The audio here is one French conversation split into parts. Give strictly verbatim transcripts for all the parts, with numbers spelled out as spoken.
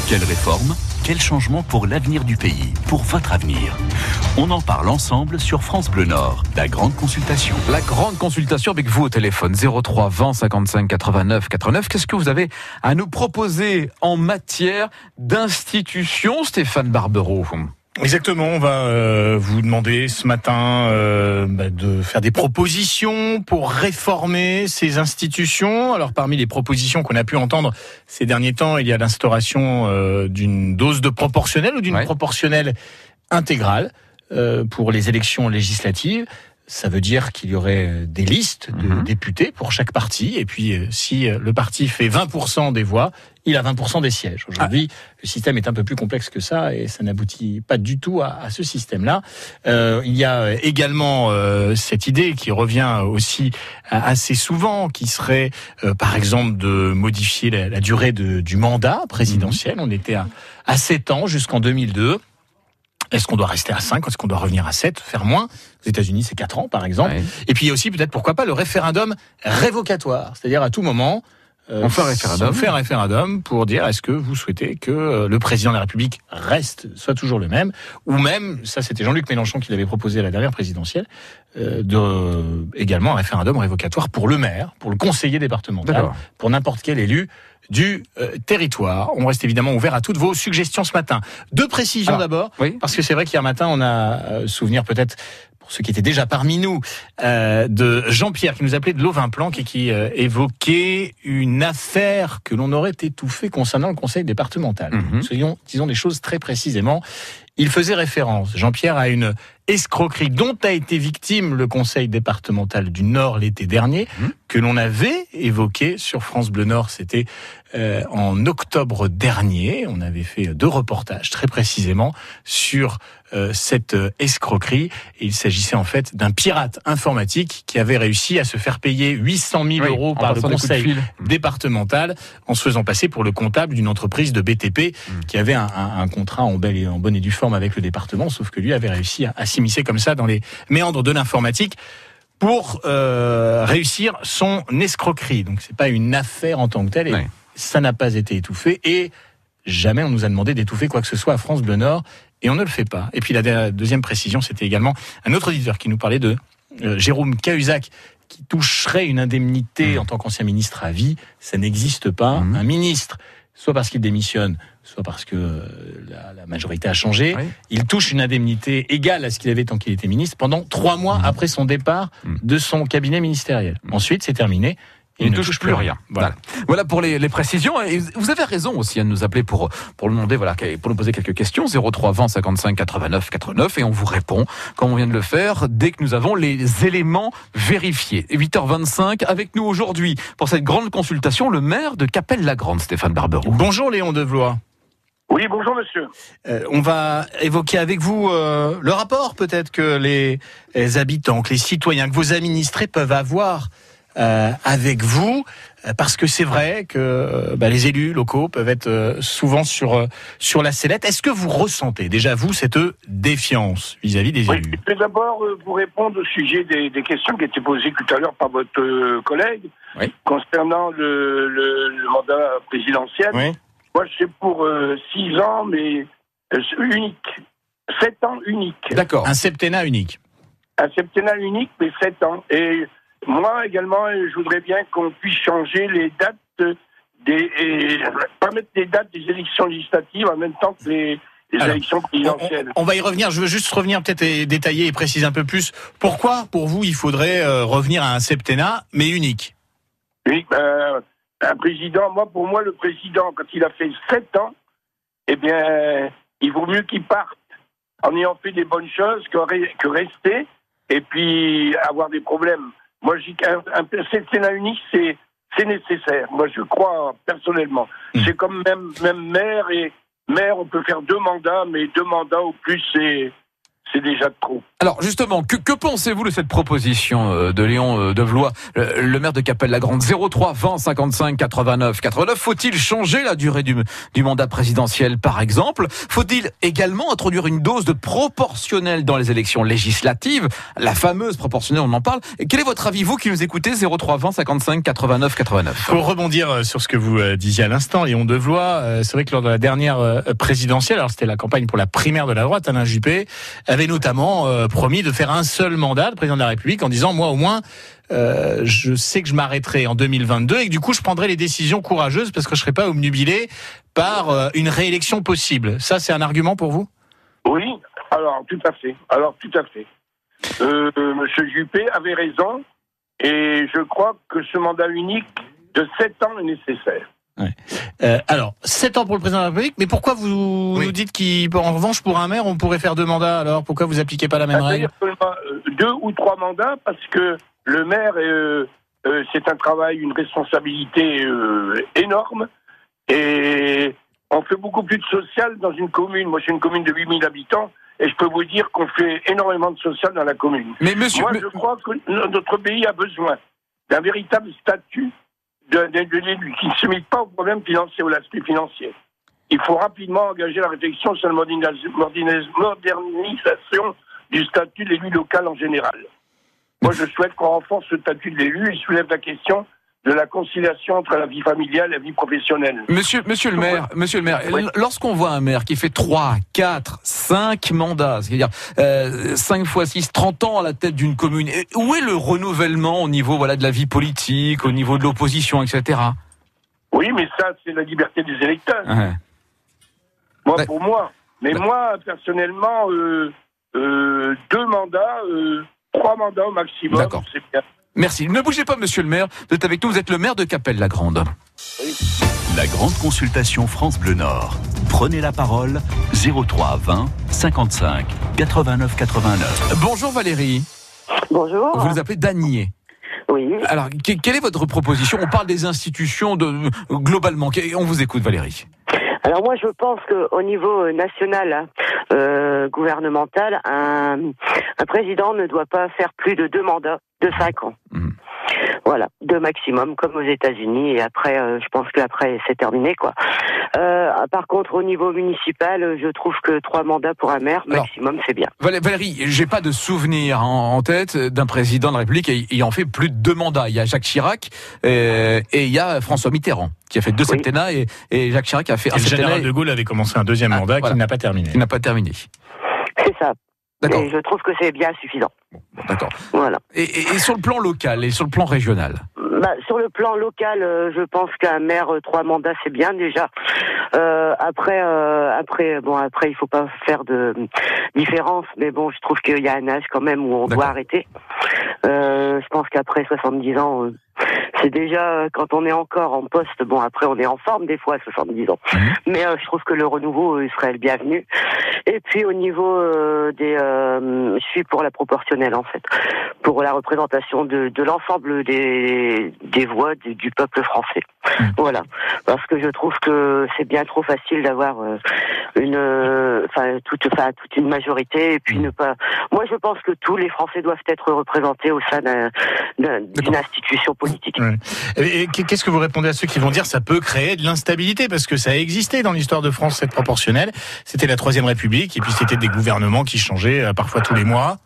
Quelle réforme ? Quel changement pour l'avenir du pays, pour votre avenir ? On en parle ensemble sur France Bleu Nord, la grande consultation. La grande consultation avec vous au téléphone zéro trois vingt cinquante-cinq quatre-vingt-neuf quatre-vingt-neuf. Qu'est-ce que vous avez à nous proposer en matière d'institution, Stéphane Barbero ? Exactement, on va euh, vous demander ce matin euh, bah, de faire des propositions pour réformer ces institutions. Alors parmi les propositions qu'on a pu entendre ces derniers temps, il y a l'instauration euh, d'une dose de proportionnelle ou d'une ouais. proportionnelle intégrale euh, pour les élections législatives. Ça veut dire qu'il y aurait des listes de mmh. députés pour chaque parti. Et puis, euh, si le parti fait vingt pour cent des voix, il a vingt pour cent des sièges. Aujourd'hui, ah. le système est un peu plus complexe que ça et ça n'aboutit pas du tout à, à ce système-là. Euh, il y a également euh, cette idée qui revient aussi assez souvent, qui serait, euh, par exemple, de modifier la, la durée de, du mandat présidentiel. Mmh. On était à, à sept ans jusqu'en deux mille deux. Est-ce qu'on doit rester à cinq ? Est-ce qu'on doit revenir à sept ? Faire moins ? Aux États-Unis, c'est quatre ans, par exemple. Ouais. Et puis, il y a aussi, peut-être, pourquoi pas, le référendum révocatoire. C'est-à-dire, à tout moment, euh, on fait un référendum. On fait un référendum pour dire, est-ce que vous souhaitez que euh, le président de la République reste, soit toujours le même ? Ou même, ça, c'était Jean-Luc Mélenchon qui l'avait proposé à la dernière présidentielle, euh, de, euh, également un référendum révocatoire pour le maire, pour le conseiller départemental, D'accord. pour n'importe quel élu du euh, territoire. On reste évidemment ouvert à toutes vos suggestions ce matin. Deux précisions Alors, d'abord, oui. parce que c'est vrai qu'hier matin, on a euh, souvenir peut-être, pour ceux qui étaient déjà parmi nous, euh, de Jean-Pierre qui nous appelait de Lovin-Planck et qui euh, évoquait une affaire que l'on aurait étouffée concernant le conseil départemental. Mm-hmm. Soyons, disons des choses très précisément. Il faisait référence, Jean-Pierre, à une escroquerie dont a été victime le conseil départemental du Nord l'été dernier, mmh. que l'on avait évoqué sur France Bleu Nord. C'était euh, en octobre dernier. On avait fait deux reportages très précisément sur euh, cette euh, escroquerie. Et il s'agissait en fait d'un pirate informatique qui avait réussi à se faire payer huit cent mille oui, euros par le conseil départemental en se faisant passer pour le comptable d'une entreprise de B T P mmh. qui avait un, un, un contrat en, belle et, en bonne et due forme avec le département, sauf que lui avait réussi à, à s'immiscer comme ça dans les méandres de l'informatique pour euh, réussir son escroquerie. Donc c'est pas une affaire en tant que telle, et ouais. ça n'a pas été étouffé, et jamais on nous a demandé d'étouffer quoi que ce soit à France Bleu Nord, et on ne le fait pas. Et puis la deuxième précision, c'était également un autre auditeur qui nous parlait de euh, Jérôme Cahuzac, qui toucherait une indemnité mmh. en tant qu'ancien ministre à vie. Ça n'existe pas. Mmh. Un ministre, soit parce qu'il démissionne, soit parce que la, la majorité a changé, oui. il touche une indemnité égale à ce qu'il avait tant qu'il était ministre pendant trois mois mmh. après son départ mmh. de son cabinet ministériel. Mmh. Ensuite, c'est terminé. Il, il ne touche, touche plus rien. rien. Voilà. voilà. Voilà pour les, les précisions. Et vous avez raison aussi à nous appeler pour pour le demander, voilà, pour nous poser quelques questions. zéro trois vingt cinquante-cinq quatre-vingt-neuf quatre-vingt-neuf, et on vous répond comme on vient de le faire dès que nous avons les éléments vérifiés. huit heures vingt-cinq avec nous aujourd'hui pour cette grande consultation, le maire de Cappelle-la-Grande, Stéphane Barbero. Bonjour Léon Devlois. Oui, bonjour monsieur. Euh, on va évoquer avec vous euh, le rapport peut-être que les, les habitants, que les citoyens, que vos administrés peuvent avoir euh, avec vous, euh, parce que c'est vrai que euh, bah, les élus locaux peuvent être euh, souvent sur euh, sur la sellette. Est-ce que vous ressentez déjà vous cette défiance vis-à-vis des oui, élus ? Je vais d'abord euh, vous répondre au sujet des, des questions qui étaient posées tout à l'heure par votre euh, collègue oui. concernant le, le, le mandat présidentiel. Oui. Moi, c'est pour euh, six ans, mais euh, unique. Sept ans unique. D'accord, un septennat unique. Un septennat unique, mais sept ans. Et moi, également, je voudrais bien qu'on puisse changer les dates des... Et, pas mettre les dates des élections législatives en même temps que les, les Alors, élections présidentielles. On, on va y revenir. Je veux juste revenir, peut-être, et détailler et préciser un peu plus. Pourquoi, pour vous, il faudrait euh, revenir à un septennat, mais unique ? Unique, ben... Un président, moi, pour moi, le président, quand il a fait sept ans, eh bien, il vaut mieux qu'il parte en ayant fait des bonnes choses que, que rester et puis avoir des problèmes. Moi, je dis qu'un un septennat unique, c'est, c'est nécessaire. Moi, je crois personnellement. Mmh. C'est comme même, même maire et maire, on peut faire deux mandats, mais deux mandats au plus, c'est, c'est déjà trop. Alors, Alors justement, que, que pensez-vous de cette proposition de Léon Dovlois, le maire de Cappelle-la-Grande? Zéro trois vingt cinquante-cinq quatre-vingt-neuf quatre-vingt-neuf. Faut-il changer la durée du, du mandat présidentiel, par exemple? Faut-il également introduire une dose de proportionnelle dans les élections législatives, la fameuse proportionnelle, on en parle? Et quel est votre avis, vous qui nous écoutez? Zéro trois vingt cinquante-cinq quatre-vingt-neuf quatre-vingt-neuf. Pour rebondir sur ce que vous disiez à l'instant, Léon Dovlois, c'est vrai que lors de la dernière présidentielle, alors c'était la campagne pour la primaire de la droite, Alain Juppé avait notamment euh, promis de faire un seul mandat, le président de la République, en disant moi au moins euh, je sais que je m'arrêterai en deux mille vingt-deux et que du coup je prendrai les décisions courageuses parce que je serai pas obnubilé par euh, une réélection possible. Ça, c'est un argument pour vous? Oui, alors tout à fait. Alors tout à fait. Euh, Monsieur Juppé avait raison et je crois que ce mandat unique de sept ans est nécessaire. Ouais. Euh, alors, sept ans pour le président de la République, mais pourquoi vous oui. nous dites qu'en revanche, pour un maire, on pourrait faire deux mandats? Alors, pourquoi vous appliquez pas la même règle? Deux ou trois mandats, parce que le maire, euh, euh, c'est un travail, une responsabilité euh, énorme, et on fait beaucoup plus de social dans une commune. Moi, j'ai une commune de huit mille habitants, et je peux vous dire qu'on fait énormément de social dans la commune. Mais monsieur, Moi, mais... je crois que notre pays a besoin d'un véritable statut de, de, de l'élu, qui ne se limite pas au problème financier, ou l'aspect financier. Il faut rapidement engager la réflexion sur la modernisation du statut de l'élu local en général. Moi, je souhaite qu'on renforce le statut de l'élu et soulève la question de la conciliation entre la vie familiale et la vie professionnelle. Monsieur, monsieur le maire, monsieur le maire, oui. Lorsqu'on voit un maire qui fait trois, quatre, cinq mandats, c'est-à-dire euh, cinq fois six, trente ans à la tête d'une commune, où est le renouvellement au niveau voilà de la vie politique, au niveau de l'opposition, et cetera? Oui, mais ça, c'est la liberté des électeurs. Ouais. Moi, bah, pour moi. Mais bah, moi, personnellement, euh, euh, deux mandats, euh, trois mandats au maximum, c'est bien. Merci. Ne bougez pas, monsieur le maire. Vous êtes avec nous, vous êtes le maire de Cappelle-la-Grande. Oui. La grande consultation France Bleu Nord. Prenez la parole, zéro trois vingt cinquante-cinq quatre-vingt-neuf quatre-vingt-neuf. Bonjour Valérie. Bonjour. Vous vous appelez Danier. Oui. Alors, quelle est votre proposition? On parle des institutions de, globalement. On vous écoute, Valérie. Alors moi, je pense qu'au niveau national, euh, gouvernemental, un, un président ne doit pas faire plus de deux mandats de cinq ans. Mmh. Voilà, deux maximum, comme aux États-Unis. Et après, euh, je pense qu'après, c'est terminé, quoi. Euh, par contre, au niveau municipal, je trouve que trois mandats pour un maire, maximum, c'est bien. Valérie, j'ai pas de souvenir en, en tête d'un président de la République ayant fait plus de deux mandats. Il y a Jacques Chirac euh, et il y a François Mitterrand qui a fait deux oui. septennats et, et Jacques Chirac a fait et un le septennat. Le général de Gaulle avait commencé un deuxième ah, mandat voilà. qui n'a pas terminé. Qui n'a pas terminé. C'est ça. D'accord. Et je trouve que c'est bien suffisant. Bon, d'accord. Voilà. Et, et, et sur le plan local et sur le plan régional? Bah, sur le plan local, euh, je pense qu'un maire euh, trois mandats c'est bien déjà. Euh, après, euh, après, bon, après il faut pas faire de différence, mais bon, je trouve qu'il y a un âge quand même où on d'accord. doit arrêter. Euh, je pense qu'après soixante-dix ans, euh, c'est déjà quand on est encore en poste. Bon, après on est en forme des fois à soixante-dix ans, mmh. mais euh, je trouve que le renouveau euh, serait le bienvenu. Et puis au niveau euh, des, euh, je suis pour la proportionnelle en fait, pour la représentation de, de l'ensemble des des voix du, du peuple français. Mmh. Voilà, parce que je trouve que c'est bien trop facile d'avoir euh, une, enfin euh, toute, enfin toute une majorité et puis mmh. ne pas. Moi, je pense que tous les Français doivent être représentés au sein d'un, d'un, d'une institution politique. Ouais. Et, et qu'est-ce que vous répondez à ceux qui vont dire ça peut créer de l'instabilité parce que ça a existé dans l'histoire de France cette proportionnelle. C'était la Troisième République et puis c'était des gouvernements qui changeaient euh, parfois tous les mois.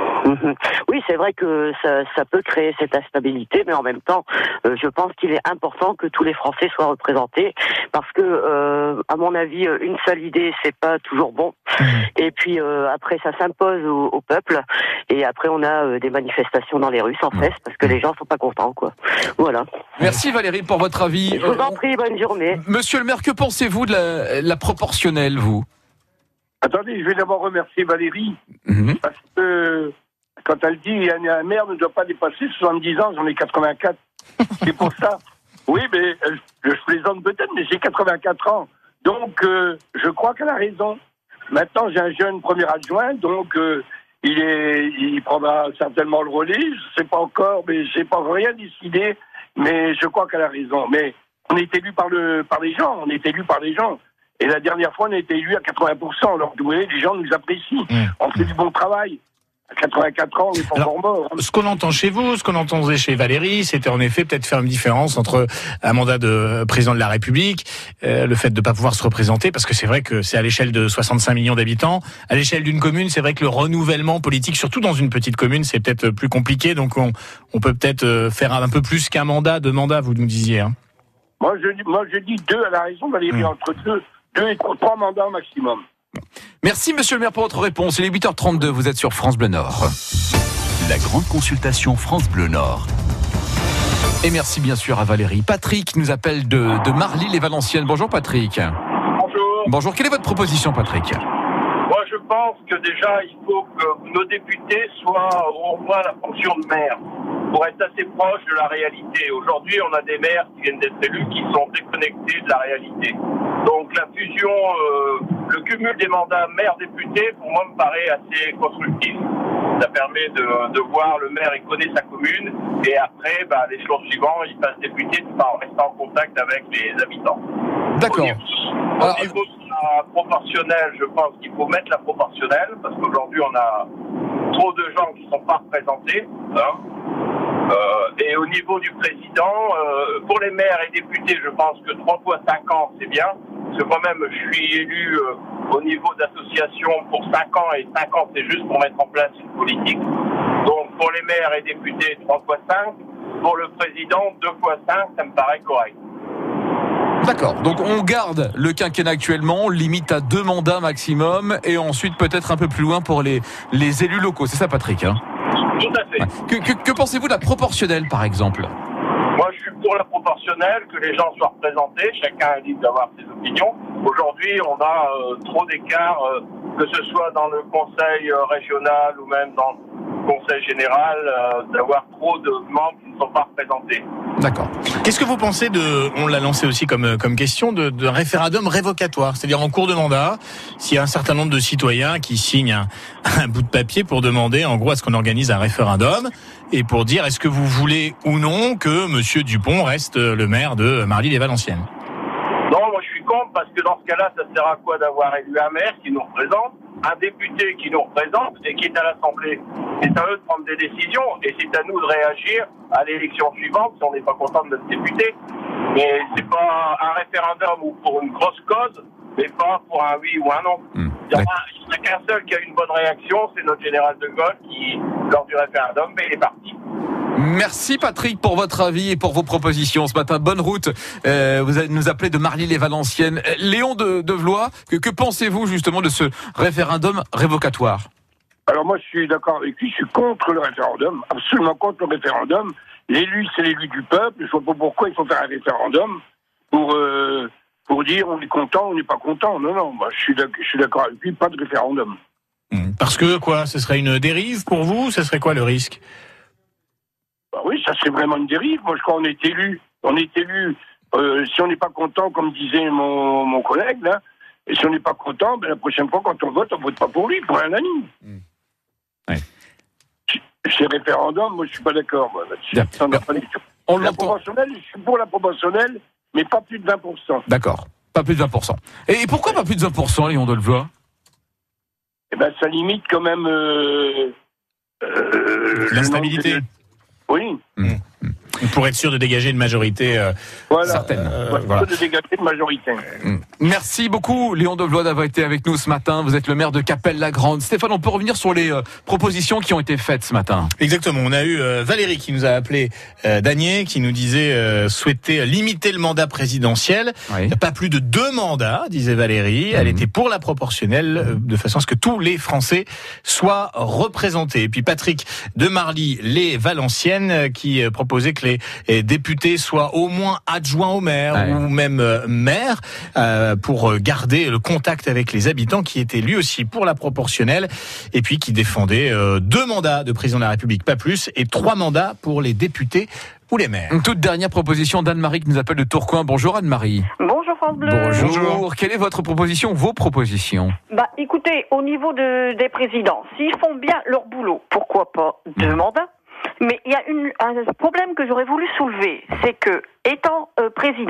Oui, c'est vrai que ça, ça peut créer cette instabilité, mais en même temps, euh, je pense qu'il est important que tous les Français soient représentés, parce que, euh, à mon avis, une seule idée, c'est pas toujours bon. Et puis euh, après, ça s'impose au, au peuple, et après, on a euh, des manifestations dans les rues sans cesse, parce que les gens sont pas contents, quoi. Voilà. Merci Valérie pour votre avis. Je vous en prie, bonne journée. Monsieur le maire, que pensez-vous de la, la proportionnelle, vous? Attendez, je vais d'abord remercier Valérie, mmh. parce que quand elle dit un maire ne doit pas dépasser soixante-dix ans, j'en ai quatre-vingt-quatre. C'est pour ça. Oui, mais euh, je plaisante peut-être, mais j'ai quatre-vingt-quatre ans. Donc, euh, je crois qu'elle a raison. Maintenant, j'ai un jeune premier adjoint, donc euh, il est, il prendra certainement le relais. Je ne sais pas encore, mais j'ai pas rien décidé. Mais je crois qu'elle a raison. Mais on est élu par le, par les gens. On est élu par les gens. Et la dernière fois, on a été élu à quatre-vingts pour cent. Alors, vous voyez, les gens nous apprécient. Mmh. On fait mmh. du bon travail. À quatre-vingt-quatre ans, on n'est pas Alors, encore mort. Hein. Ce qu'on entend chez vous, ce qu'on entendait chez Valérie, c'était en effet peut-être faire une différence entre un mandat de président de la République, euh, le fait de ne pas pouvoir se représenter, parce que c'est vrai que c'est à l'échelle de soixante-cinq millions d'habitants. À l'échelle d'une commune, c'est vrai que le renouvellement politique, surtout dans une petite commune, c'est peut-être plus compliqué. Donc on, on peut peut-être faire un peu plus qu'un mandat, deux mandats, vous nous disiez. Hein. Moi, je, moi, je dis deux, elle a raison, Valérie, mmh. entre deux, deux et trois mandats au maximum. Merci monsieur le maire pour votre réponse. Il est huit heures trente-deux, vous êtes sur France Bleu Nord. La grande consultation France Bleu Nord. Et merci bien sûr à Valérie. Patrick nous appelle de, de Marly-les-Valenciennes. Bonjour Patrick. Bonjour. Bonjour, quelle est votre proposition Patrick ? Moi je pense que déjà il faut que nos députés soient au moins la fonction de maire, pour être assez proche de la réalité. Aujourd'hui, on a des maires qui viennent d'être élus qui sont déconnectés de la réalité. Donc la fusion, euh, le cumul des mandats maire-député, pour moi, me paraît assez constructif. Ça permet de, de voir le maire, il connaît sa commune, et après, bah, l'échelon suivant, il passe député tout en restant en contact avec les habitants. D'accord. Au niveau, Alors, au niveau de la proportionnelle, je pense qu'il faut mettre la proportionnelle, parce qu'aujourd'hui, on a trop de gens qui ne sont pas représentés. Hein. Euh, et au niveau du président, euh, pour les maires et députés, je pense que trois fois cinq ans, c'est bien. Parce que moi-même, je suis élu euh, au niveau d'association pour cinq ans, et cinq ans, c'est juste pour mettre en place une politique. Donc, pour les maires et députés, trois fois cinq. Pour le président, deux fois cinq, ça me paraît correct. D'accord, donc on garde le quinquennat actuellement, on limite à deux mandats maximum, et ensuite peut-être un peu plus loin pour les, les élus locaux. C'est ça Patrick, hein ? Tout à fait. Ouais. Que, que, que pensez-vous de la proportionnelle, par exemple ? Moi, je suis pour la proportionnelle, que les gens soient représentés. Chacun est libre d'avoir ses opinions. Aujourd'hui, on a euh, trop d'écart, euh, que ce soit dans le conseil euh, régional ou même dans le conseil général, euh, d'avoir trop de membres qui ne sont pas représentés. D'accord. Qu'est-ce que vous pensez de, on l'a lancé aussi comme, comme question, de, de référendum révocatoire ? C'est-à-dire en cours de mandat, s'il y a un certain nombre de citoyens qui signent un, un bout de papier pour demander, en gros, à ce qu'on organise un référendum et pour dire est-ce que vous voulez ou non que Monsieur Dupont reste le maire de Marly-les-Valenciennes ? Non, moi je suis contre, parce que dans ce cas-là, ça sert à quoi d'avoir élu un maire qui nous représente, un député qui nous représente et qui est à l'Assemblée. C'est à eux de prendre des décisions, et c'est à nous de réagir à l'élection suivante si on n'est pas content de notre député. Mais c'est pas un référendum ou pour une grosse cause, mais pas pour un oui ou un non. Mmh. Il n'y en a qu'un seul qui a une bonne réaction, c'est notre général de Gaulle qui, lors du référendum, il est parti. Merci Patrick pour votre avis et pour vos propositions ce matin. Bonne route. Euh, vous allez nous appeler de Marly-les-Valenciennes. Léon de, de Vlois, que, que pensez-vous justement de ce référendum révocatoire ? Alors moi, je suis d'accord avec lui. Je suis contre le référendum, absolument contre le référendum. L'élu, c'est l'élu du peuple. Je vois pas pourquoi il faut faire un référendum pour euh, pour dire on est content, on n'est pas content. Non, non. Moi, je suis d'accord, je suis d'accord avec lui. Pas de référendum. Parce que quoi ? Ce serait une dérive pour vous ? Ce serait quoi le risque ? Bah oui, ça serait vraiment une dérive. Moi, je crois qu'on est élu. On est élu. Euh, si on n'est pas content, comme disait mon, mon collègue, là, et si on n'est pas content, ben, la prochaine fois, quand on vote, on vote pas pour lui, pour un ami. Mmh. Ouais. Ces référendums, moi, je suis pas d'accord. Moi, là-dessus. On n'a pas les... On la proportionnelle, je suis pour la proportionnelle, mais pas plus de vingt pour cent. D'accord. Pas plus de vingt pour cent. Et pourquoi pas plus de vingt pour cent, Léon de Vlois ? Eh ben, ça limite quand même euh, euh, l'instabilité. De... Oui. Mmh. Pour être sûr de dégager une majorité euh, voilà. certaine. Euh, voilà. Voilà. De dégager une majorité. Mmh. Merci beaucoup, Léon de Vlois, d'avoir été avec nous ce matin. Vous êtes le maire de Capelle-la-Grande. Stéphane, on peut revenir sur les euh, propositions qui ont été faites ce matin. Exactement. On a eu euh, Valérie qui nous a appelé euh, Danier, qui nous disait euh, souhaiter limiter le mandat présidentiel. Oui. Pas plus de deux mandats, disait Valérie. Mmh. Elle était pour la proportionnelle, euh, de façon à ce que tous les Français soient représentés. Et puis Patrick de Marly-les-Valenciennes euh, qui euh, proposait que les les députés soient au moins adjoints au maire ouais. ou même euh, maire euh, pour garder le contact avec les habitants, qui était lui aussi pour la proportionnelle, et puis qui défendait euh, deux mandats de président de la République, pas plus, et trois mandats pour les députés ou les maires. Une toute dernière proposition d'Anne-Marie qui nous appelle de Tourcoing. Bonjour Anne-Marie. Bonjour France Bleu. Bonjour. Bonjour. Quelle est votre proposition, vos propositions ? Bah écoutez, au niveau de, des présidents, s'ils font bien leur boulot, pourquoi pas deux mmh. mandats ? Mais il y a une, un problème que j'aurais voulu soulever, c'est que, étant euh, président,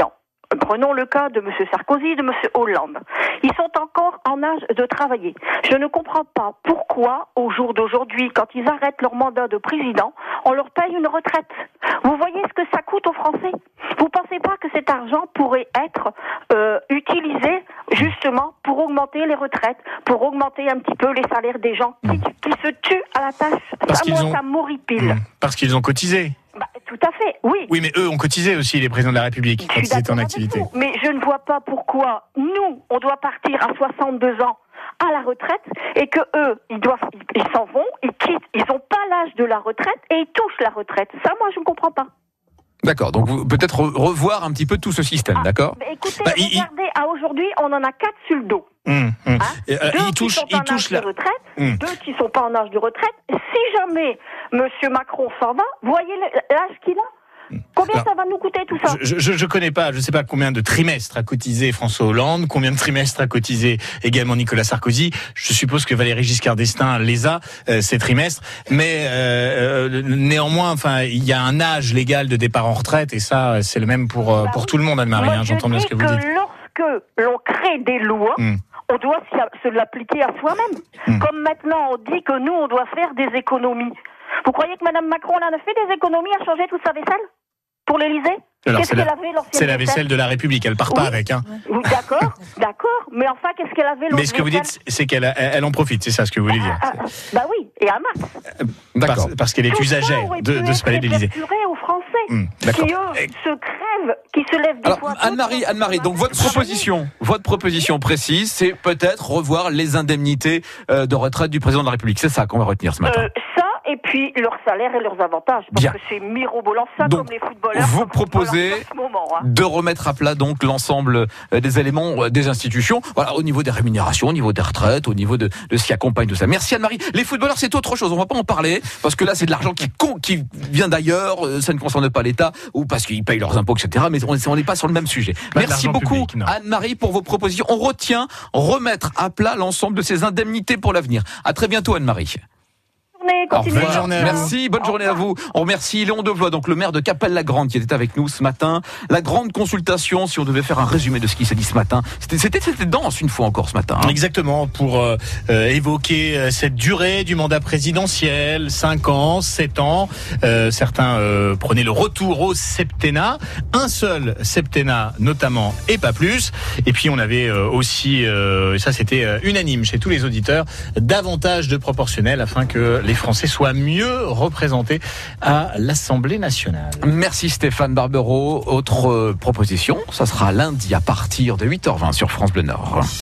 Prenons le cas de M. Sarkozy, de M. Hollande. Ils sont encore en âge de travailler. Je ne comprends pas pourquoi, au jour d'aujourd'hui, quand ils arrêtent leur mandat de président, on leur paye une retraite. Vous voyez ce que ça coûte aux Français ? Vous ne pensez pas que cet argent pourrait être euh, utilisé justement pour augmenter les retraites, pour augmenter un petit peu les salaires des gens qui, qui se tuent à la tâche ? Parce Ça, qu'ils moi, ont- ça m'horripile. Mmh. Parce qu'ils ont cotisé. Bah, tout à fait, oui. Oui, mais eux ont cotisé aussi, les présidents de la République, Je quand suis ils étaient d'accord en avec activité. vous, mais je ne vois pas pourquoi nous, on doit partir à soixante-deux ans à la retraite et que eux, ils doivent, ils, ils s'en vont, ils quittent, ils n'ont pas l'âge de la retraite et ils touchent la retraite. Ça, moi, je ne comprends pas. D'accord, donc vous- peut-être re- revoir un petit peu tout ce système, Ah, d'accord ? mais écoutez, Bah, il- il- regardez, à aujourd'hui, on en a quatre sur le dos. Mmh, mmh. Hein Et, euh, Deux ils qui touchent, sont ils en touchent âge la... de retraite, Mmh. deux qui sont pas en âge de retraite. Si jamais Monsieur Macron s'en va, voyez le- l'âge qu'il a. Combien Alors, ça va nous coûter tout ça ? Je, je, je connais pas, je sais pas combien de trimestres a cotisé François Hollande, combien de trimestres a cotisé également Nicolas Sarkozy. Je suppose que Valéry Giscard d'Estaing les a, euh, ces trimestres. Mais euh, euh, néanmoins, enfin, il y a un âge légal de départ en retraite et ça, c'est le même pour euh, Bah pour oui. tout le monde, Anne-Marie. Moi, Hein, je j'entends bien dis ce que vous dites. lorsque l'on crée des lois, Mmh. on doit s'y- se l'appliquer à soi-même. Mmh. Comme maintenant, on dit que nous, on doit faire des économies. Vous croyez que Mme Macron elle en a fait des économies à changer toute sa vaisselle pour l'Élysée ? Alors, Qu'est-ce c'est qu'elle la- avait, l'ancienne C'est la vaisselle de la République, elle part pas Oui. avec. Hein. Oui, d'accord, d'accord. Mais enfin, qu'est-ce qu'elle avait l'autre Mais ce que vous vaisselle dites, c'est qu'elle a- elle en profite, c'est ça ce que vous voulez dire. Ah, ah, Bah oui, et à masse. D'accord. Parce, parce qu'elle est Tout ça usagère aurait de, pu de ce être palais de l'Élysée. répercuté aux Français, Mmh, d'accord. qui eux se crèvent, qui se lèvent des Alors, fois. Anne-Marie, Anne-Marie, donc votre proposition, votre proposition précise, c'est peut-être revoir les indemnités euh, de retraite du président de la République. C'est ça qu'on va retenir ce matin. Euh, ça, et puis leurs salaires et leurs avantages. Parce Bien. que c'est mirobolant, ça, Donc, comme les footballeurs. vous comme proposez footballeurs en ce moment, hein. de remettre à plat donc l'ensemble euh, des éléments euh, des institutions, voilà, au niveau des rémunérations, au niveau des retraites, au niveau de, de ce qui accompagne tout ça. Merci Anne-Marie. Les footballeurs, c'est autre chose. On va pas en parler parce que là, c'est de l'argent qui con- qui vient d'ailleurs. euh, Ça ne concerne pas l'État ou parce qu'ils payent leurs impôts, et cetera. Mais on on n'est pas sur le même sujet. Pas de Merci l'argent beaucoup public, non. Anne-Marie pour vos propositions. On retient remettre à plat l'ensemble de ces indemnités pour l'avenir. À très bientôt Anne-Marie. Journée, Au continuez. revoir. Bonne journée à vous. Merci, bonne Au journée à vous. On remercie Léon Devlois, donc le maire de Capelle-la-Grande, qui était avec nous ce matin. La grande consultation, si on devait faire un résumé de ce qui s'est dit ce matin, c'était c'était c'était dense une fois encore ce matin. hein. Exactement, pour euh, euh, évoquer euh, cette durée du mandat présidentiel, cinq ans, sept ans. Euh, certains euh, prenaient le retour au septennat, un seul septennat notamment et pas plus. Et puis on avait euh, aussi, euh, et ça c'était euh, unanime chez tous les auditeurs, davantage de proportionnel afin que les Français soient mieux représentés à l'Assemblée nationale. Merci Stéphane Barbero. Autre euh, proposition, ça sera lundi à partir de huit heures vingt sur France Bleu Nord.